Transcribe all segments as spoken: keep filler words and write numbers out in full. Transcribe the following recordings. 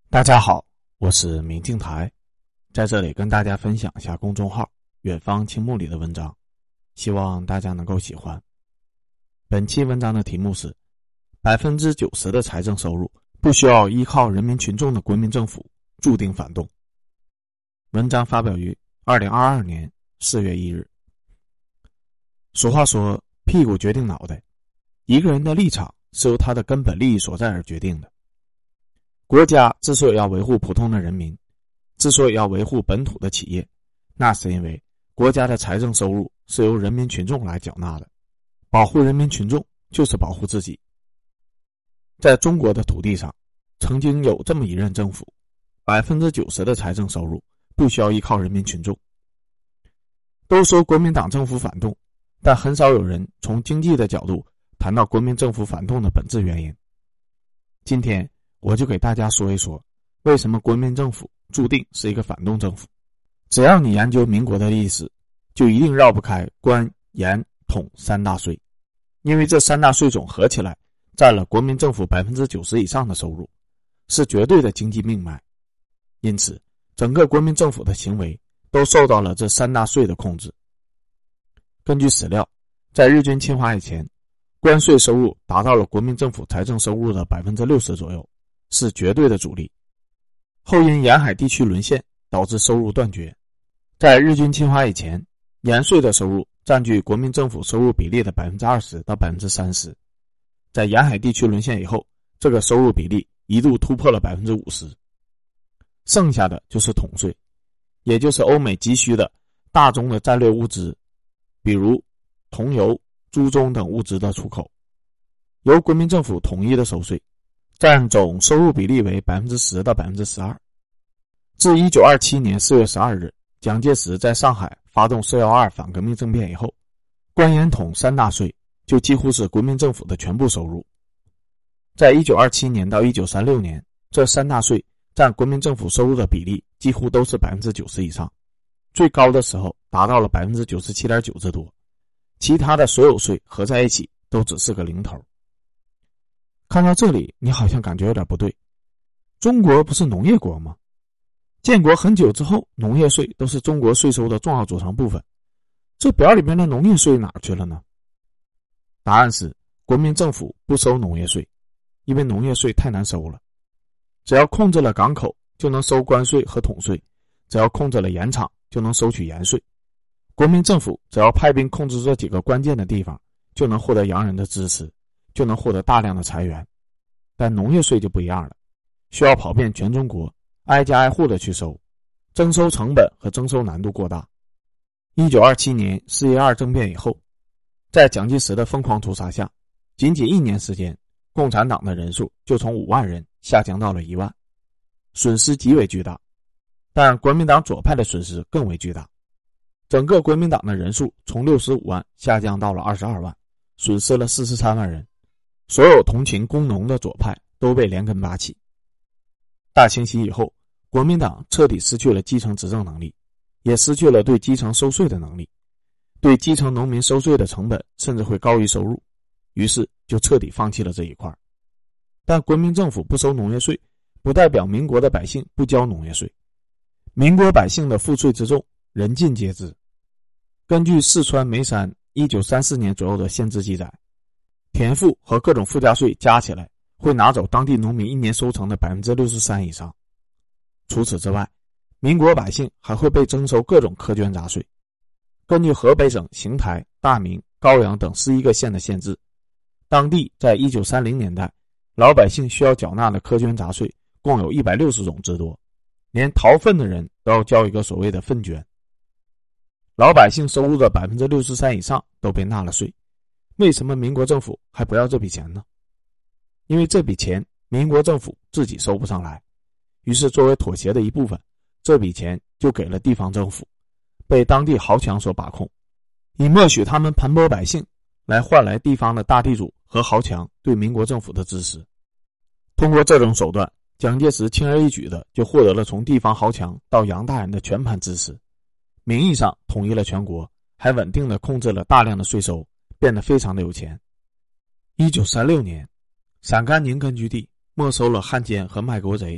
大家好，我是明镜台，在这里跟大家分享一下公众号远方青木里的文章，希望大家能够喜欢。本期文章的题目是 百分之九十 的财政收入不需要依靠人民群众的国民政府注定反动。文章发表于二零二二年四月一日。俗话说，屁股决定脑袋，一个人的立场是由他的根本利益所在而决定的。国家之所以要维护普通的人民，之所以要维护本土的企业，那是因为国家的财政收入是由人民群众来缴纳的。保护人民群众就是保护自己。在中国的土地上，曾经有这么一任政府， 百分之九十 的财政收入不需要依靠人民群众。都说国民党政府反动，但很少有人从经济的角度谈到国民政府反动的本质原因。今天我就给大家说一说，为什么国民政府注定是一个反动政府。只要你研究民国的历史，就一定绕不开官、盐、统三大税，因为这三大税种合起来占了国民政府 百分之九十 以上的收入，是绝对的经济命脉。因此整个国民政府的行为都受到了这三大税的控制。根据史料，在日军侵华以前，关税收入达到了国民政府财政收入的 百分之六十 左右，是绝对的主力。后因沿海地区沦陷，导致收入断绝。在日军侵华以前，盐税的收入占据国民政府收入比例的 百分之二十 到 百分之三十。在沿海地区沦陷以后，这个收入比例一度突破了 百分之五十。剩下的就是统税，也就是欧美急需的大宗的战略物资，比如桐油、猪棕等物资的出口，由国民政府统一的收税，占总收入比例为 百分之十 到 百分之十二。 自一九二七年四月十二日蒋介石在上海发动四一二反革命政变以后，官盐统三大税就几乎是国民政府的全部收入。在一九二七年到一九三六年，这三大税占国民政府收入的比例几乎都是 百分之九十 以上，最高的时候达到了 百分之九十七点九 之多，其他的所有税合在一起都只是个零头。看到这里，你好像感觉有点不对。中国不是农业国吗？建国很久之后，农业税都是中国税收的重要组成部分，这表里面的农业税哪去了呢？答案是，国民政府不收农业税，因为农业税太难收了。只要控制了港口，就能收关税和统税；只要控制了盐场，就能收取盐税。国民政府只要派兵控制这几个关键的地方，就能获得洋人的支持，就能获得大量的财源。但农业税就不一样了，需要跑遍全中国，挨家挨户的去收，征收成本和征收难度过大。一九二七年四一二政变以后，在蒋介石的疯狂屠杀下，仅仅一年时间，共产党的人数就从五万人下降到了一万，损失极为巨大。但国民党左派的损失更为巨大，整个国民党的人数从六十五万下降到了二十二万，损失了四十三万人。所有同情工农的左派都被连根拔起。大清洗以后，国民党彻底失去了基层执政能力，也失去了对基层收税的能力，对基层农民收税的成本甚至会高于收入，于是就彻底放弃了这一块。但国民政府不收农业税，不代表民国的百姓不交农业税。民国百姓的赋税之重，人尽皆知。根据四川眉山一九三四年左右的县志记载，田赋和各种附加税加起来会拿走当地农民一年收成的 百分之六十三 以上。除此之外，民国百姓还会被征收各种苛捐杂税。根据河北省邢台、大名、高阳等十一个县的县志，当地在一九三零年代，老百姓需要缴纳的苛捐杂税共有一百六十种之多，连逃粪的人都要交一个所谓的粪捐。老百姓收入的 百分之六十三 以上都被纳了税，为什么民国政府还不要这笔钱呢？因为这笔钱民国政府自己收不上来，于是作为妥协的一部分，这笔钱就给了地方政府，被当地豪强所把控，以默许他们盘剥百姓来换来地方的大地主和豪强对民国政府的支持。通过这种手段，蒋介石轻而易举的就获得了从地方豪强到洋大人的全盘支持，名义上统一了全国，还稳定的控制了大量的税收，变得非常的有钱。一九三六年，陕甘宁根据地没收了汉奸和卖国贼，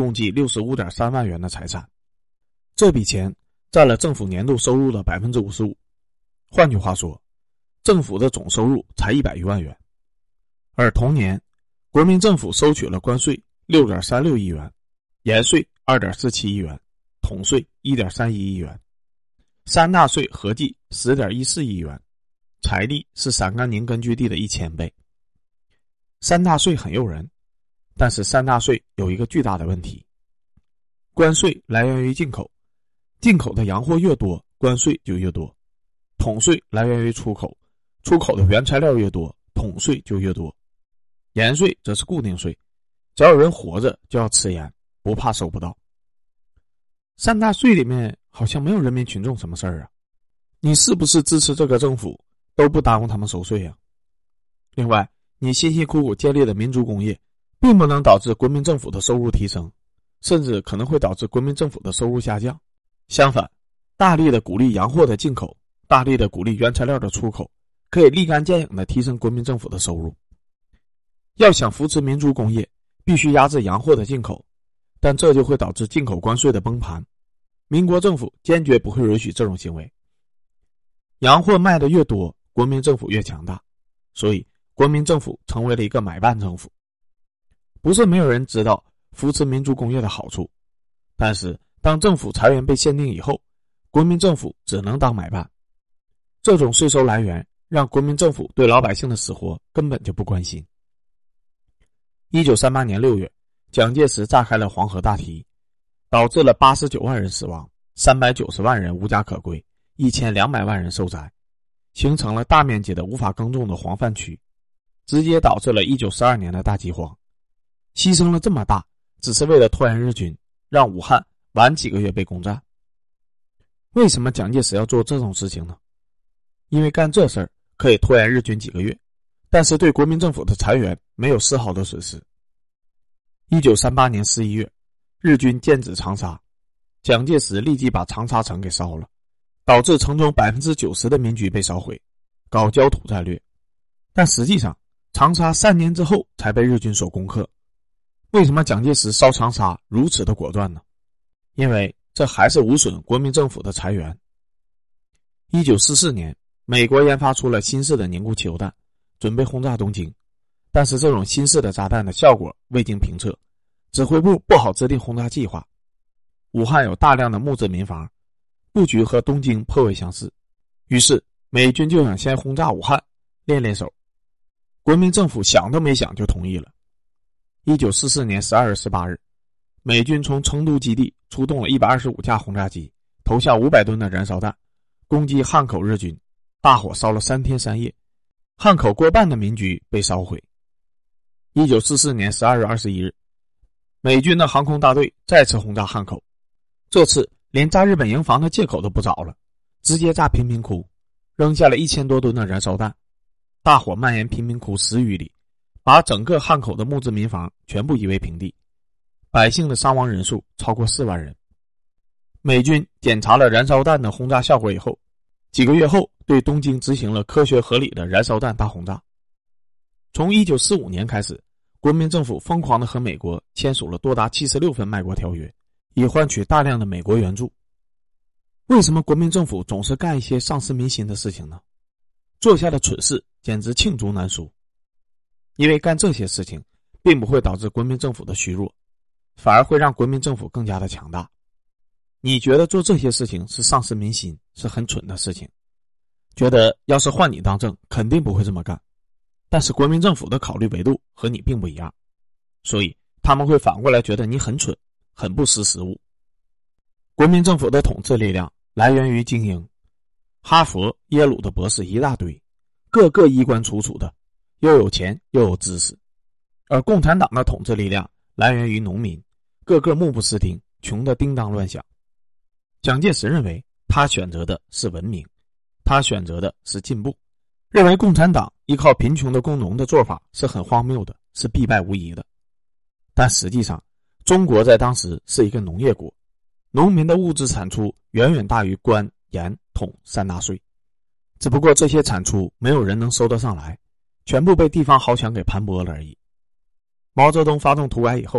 共计 六十五点三万元的财产，这笔钱占了政府年度收入的 百分之五十五。 换句话说，政府的总收入才一百余万元。而同年，国民政府收取了关税 六点三六亿元，盐税 二点四七亿元，统税 一点三一亿元，三大税合计 十点一四亿元，财力是陕甘宁根据地的一千倍。三大税很诱人，但是三大税有一个巨大的问题：关税来源于进口，进口的洋货越多，关税就越多；统税来源于出口，出口的原材料越多，统税就越多；盐税则是固定税，只要有人活着就要吃盐，不怕收不到。三大税里面好像没有人民群众什么事儿啊，你是不是支持这个政府都不耽误他们收税啊。另外，你辛辛苦苦建立的民族工业并不能导致国民政府的收入提升，甚至可能会导致国民政府的收入下降。相反，大力的鼓励洋货的进口，大力的鼓励原材料的出口，可以立竿见影的提升国民政府的收入。要想扶持民族工业，必须压制洋货的进口，但这就会导致进口关税的崩盘。民国政府坚决不会允许这种行为。洋货卖得越多，国民政府越强大，所以国民政府成为了一个买办政府。不是没有人知道扶持民族工业的好处，但是当政府裁员被限定以后，国民政府只能当买办。这种税收来源让国民政府对老百姓的死活根本就不关心。一九三八年六月，蒋介石炸开了黄河大堤，导致了八十九万人死亡，三百九十万人无家可归，一千两百万人受灾，形成了大面积的无法耕种的黄泛区，直接导致了一九四二年的大饥荒。牺牲了这么大，只是为了拖延日军，让武汉晚几个月被攻占。为什么蒋介石要做这种事情呢？因为干这事儿可以拖延日军几个月，但是对国民政府的裁员没有丝毫的损失。一九三八年十一月，日军剑指长沙，蒋介石立即把长沙城给烧了，导致城中 百分之九十 的民居被烧毁，搞焦土战略。但实际上，长沙三年之后才被日军所攻克。为什么蒋介石烧长沙如此的果断呢？因为这还是无损国民政府的财源。一九四四年，美国研发出了新式的凝固汽油弹，准备轰炸东京，但是这种新式的炸弹的效果未经评测，指挥部不好制定轰炸计划。武汉有大量的木质民房，布局和东京颇为相似，于是美军就想先轰炸武汉练练手。国民政府想都没想就同意了。一九四四年十二月十八日，美军从成都基地出动了一百二十五架轰炸机，投下五百吨的燃烧弹，攻击汉口日军，大火烧了三天三夜，汉口过半的民居被烧毁。一九四四年十二月二十一日，美军的航空大队再次轰炸汉口，这次连炸日本营房的借口都不找了，直接炸贫民窟，扔下了一千多吨的燃烧弹，大火蔓延贫民窟十余里，把整个汉口的木质民房全部夷为平地，百姓的伤亡人数超过四万人。美军检查了燃烧弹的轰炸效果以后，几个月后对东京执行了科学合理的燃烧弹大轰炸。从一九四五年开始，国民政府疯狂地和美国签署了多达七十六份卖国条约，以换取大量的美国援助。为什么国民政府总是干一些丧失民心的事情呢？做下的蠢事简直罄竹难书。因为干这些事情并不会导致国民政府的虚弱，反而会让国民政府更加的强大。你觉得做这些事情是丧失民心，是很蠢的事情，觉得要是换你当政肯定不会这么干，但是国民政府的考虑维度和你并不一样，所以他们会反过来觉得你很蠢，很不识时务。国民政府的统治力量来源于精英，哈佛耶鲁的博士一大堆，个个衣冠楚楚的，又有钱又有知识。而共产党的统治力量来源于农民，个个目不识丁，穷得叮当乱响。蒋介石认为他选择的是文明，他选择的是进步，认为共产党依靠贫穷的工农的做法是很荒谬的，是必败无疑的。但实际上，中国在当时是一个农业国，农民的物质产出远远大于关、盐、统三大税，只不过这些产出没有人能收得上来，全部被地方豪强给盘剥了而已。毛泽东发动土改以后，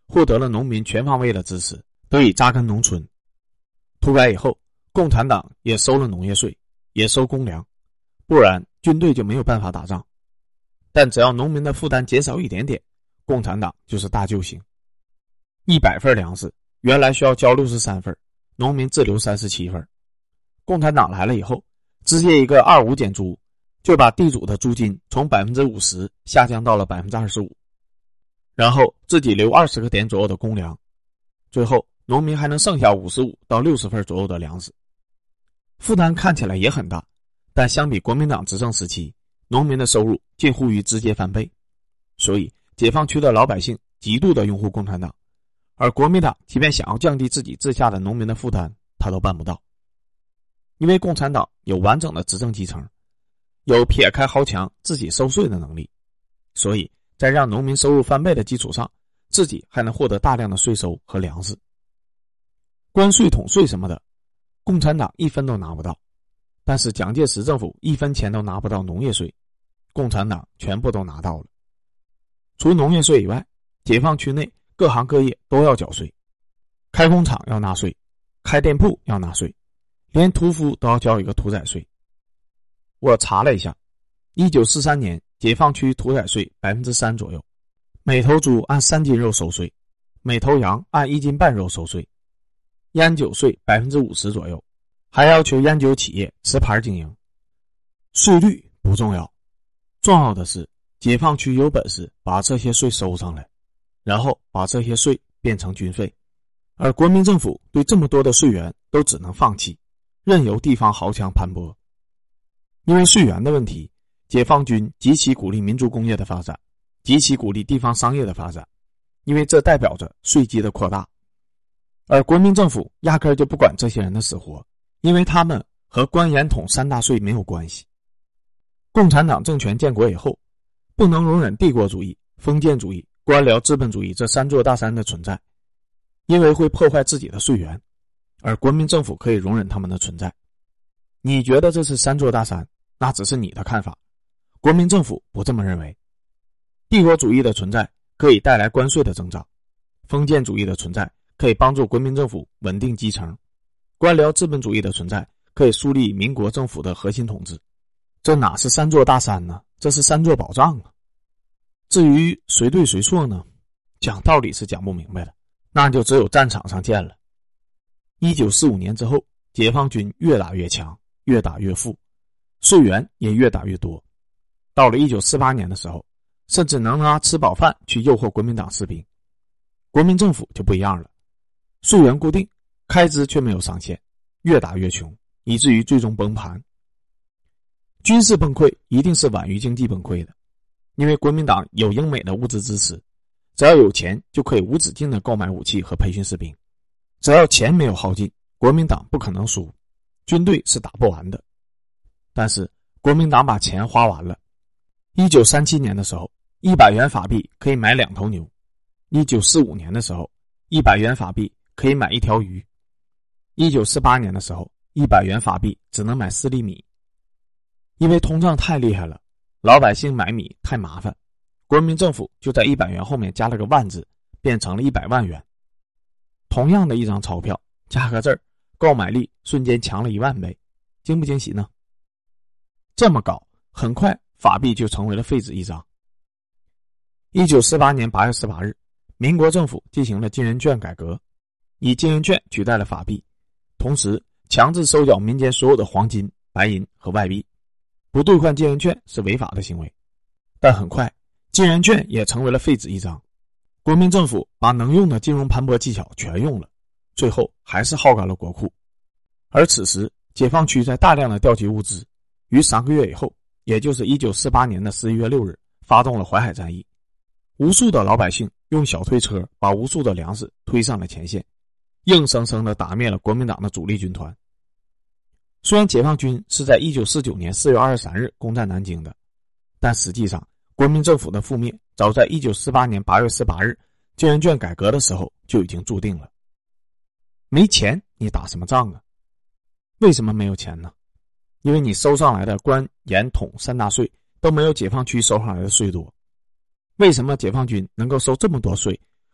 获得了农民全方位的支持，得以扎根农村。土改以后，共产党也收了农业税，也收公粮，不然军队就没有办法打仗。但只要农民的负担减少一点点，共产党就是大救星。一百份粮食原来需要交六十三份，农民自留三十七份。共产党来了以后，直接一个二五减租，就把地主的租金从 百分之五十 下降到了 百分之二十五， 然后自己留二十个点左右的公粮，最后农民还能剩下五十五到六十份左右的粮食。负担看起来也很大，但相比国民党执政时期，农民的收入近乎于直接翻倍，所以解放区的老百姓极度的拥护共产党，而国民党即便想要降低自己治下的农民的负担，他都办不到。因为共产党有完整的执政基层，有撇开豪强自己收税的能力，所以在让农民收入翻倍的基础上，自己还能获得大量的税收和粮食。关税统税什么的，共产党一分都拿不到，但是蒋介石政府一分钱都拿不到农业税，共产党全部都拿到了。除农业税以外，解放区内各行各业都要缴税，开工厂要纳税，开店铺要纳税，连屠夫都要交一个屠宰税。我查了一下，一九四三年解放区屠宰税 百分之三 左右，每头猪按三斤肉收税，每头羊按一斤半肉收税，烟酒税 百分之五十 左右，还要求烟酒企业持牌经营。税率不重要，重要的是解放区有本事把这些税收上来，然后把这些税变成军费，而国民政府对这么多的税源都只能放弃，任由地方豪强盘剥。因为税源的问题，解放军极其鼓励民族工业的发展，极其鼓励地方商业的发展，因为这代表着税基的扩大。而国民政府压根就不管这些人的死活，因为他们和官盐统三大税没有关系。共产党政权建国以后，不能容忍帝国主义、封建主义、官僚资本主义这三座大山的存在，因为会破坏自己的税源，而国民政府可以容忍他们的存在。你觉得这是三座大山，那只是你的看法，国民政府不这么认为。帝国主义的存在可以带来关税的增长，封建主义的存在可以帮助国民政府稳定基层，官僚资本主义的存在可以树立民国政府的核心统治。这哪是三座大山呢？这是三座宝藏啊！至于谁对谁错呢？讲道理是讲不明白的，那就只有战场上见了。一九四五年之后，解放军越打越强，越打越富，税源也越打越多。到了一九四八年的时候，甚至能拿吃饱饭去诱惑国民党士兵。国民政府就不一样了，税源固定，开支却没有上限，越打越穷，以至于最终崩盘。军事崩溃一定是晚于经济崩溃的，因为国民党有英美的物质支持，只要有钱就可以无止境的购买武器和培训士兵，只要钱没有耗尽，国民党不可能输，军队是打不完的。但是国民党把钱花完了。一九三七年的时候，一百元法币可以买两头牛；一九四五年的时候，一百元法币可以买一条鱼；一九四八年的时候，一百元法币只能买四粒米。因为通胀太厉害了，老百姓买米太麻烦，国民政府就在一百元后面加了个万字，变成了一百万元。同样的一张钞票，加个字儿，购买力瞬间强了一万倍，惊不惊喜呢？这么搞，很快法币就成为了废纸一张。一九四八年八月十八日，民国政府进行了金圆券改革，以金圆券取代了法币，同时强制收缴民间所有的黄金、白银和外币。不兑换金圆券是违法的行为，但很快金圆券也成为了废纸一张。国民政府把能用的金融盘剥技巧全用了，最后还是耗干了国库。而此时解放区在大量的调集物资，于三个月以后，也就是一九四八年的十一月六日发动了淮海战役。无数的老百姓用小推车把无数的粮食推上了前线，硬生生地打灭了国民党的主力军团。虽然解放军是在一九四九年四月二十三日攻占南京的，但实际上国民政府的覆灭早在一九四八年八月十八日金圆券改革的时候就已经注定了。没钱你打什么仗啊？为什么没有钱呢？因为你收上来的官盐统三大税都没有解放区收上来的税多。为什么解放军能够收这么多税，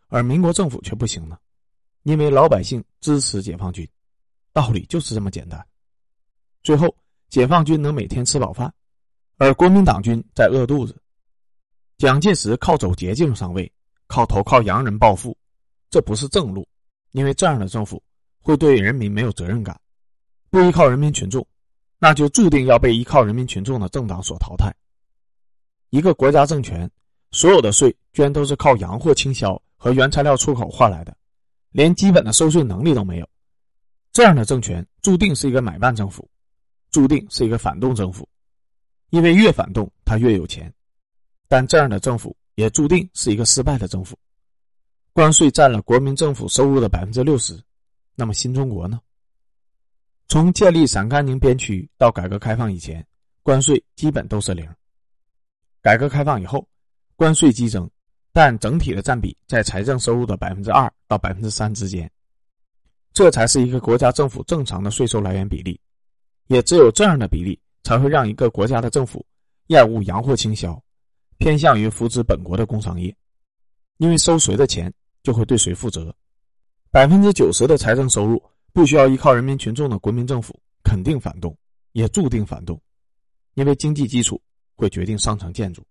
而民国政府却不行呢？因为老百姓支持解放军，道理就是这么简单。最后解放军能每天吃饱饭，而国民党军在饿肚子。蒋介石靠走捷径上位，靠投靠洋人暴富，这不是正路，因为这样的政府会对人民没有责任感，不依靠人民群众，那就注定要被依靠人民群众的政党所淘汰。一个国家政权，所有的税居然都是靠洋货倾销和原材料出口换来的，连基本的收税能力都没有。这样的政权注定是一个买办政府，注定是一个反动政府，因为越反动他越有钱。但这样的政府也注定是一个失败的政府。关税占了国民政府收入的 百分之六十， 那么新中国呢？从建立陕甘宁边区到改革开放以前，关税基本都是零。改革开放以后，关税激增，但整体的占比在财政收入的 百分之二 到 百分之三 之间。这才是一个国家政府正常的税收来源比例，也只有这样的比例才会让一个国家的政府厌恶洋货倾销，偏向于扶持本国的工商业，因为收谁的钱就会对谁负责。 百分之九十 的财政收入不需要依靠人民群众的国民政府肯定反动，也注定反动，因为经济基础会决定上层建筑。